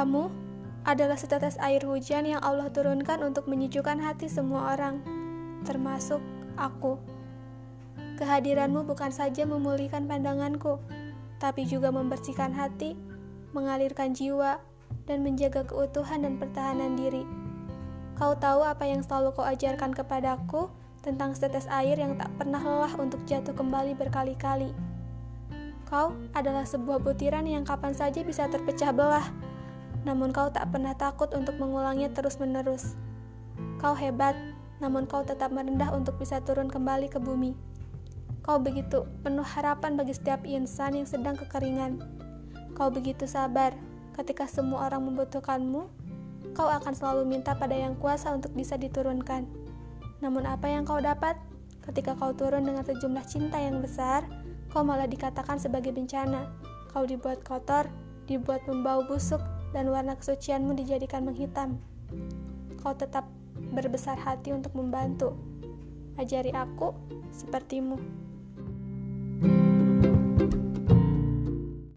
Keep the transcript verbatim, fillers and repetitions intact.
Kamu adalah setetes air hujan yang Allah turunkan untuk menyejukkan hati semua orang, termasuk aku. Kehadiranmu bukan saja memulihkan pandanganku, tapi juga membersihkan hati, mengalirkan jiwa, dan menjaga keutuhan dan pertahanan diri. Kau tahu apa yang selalu kau ajarkan kepadaku tentang setetes air yang tak pernah lelah untuk jatuh kembali berkali-kali. Kau adalah sebuah butiran yang kapan saja bisa terpecah belah, namun kau tak pernah takut untuk mengulangnya terus-menerus. Kau hebat, namun kau tetap merendah untuk bisa turun kembali ke bumi. Kau begitu penuh harapan bagi setiap insan yang sedang kekeringan. Kau begitu sabar, ketika semua orang membutuhkanmu, kau akan selalu minta pada yang kuasa untuk bisa diturunkan. Namun apa yang kau dapat? Ketika kau turun dengan sejumlah cinta yang besar, kau malah dikatakan sebagai bencana. Kau dibuat kotor, dibuat membau busuk, dan warna kesucianmu dijadikan menghitam. Kau tetap berbesar hati untuk membantu. Ajari aku sepertimu.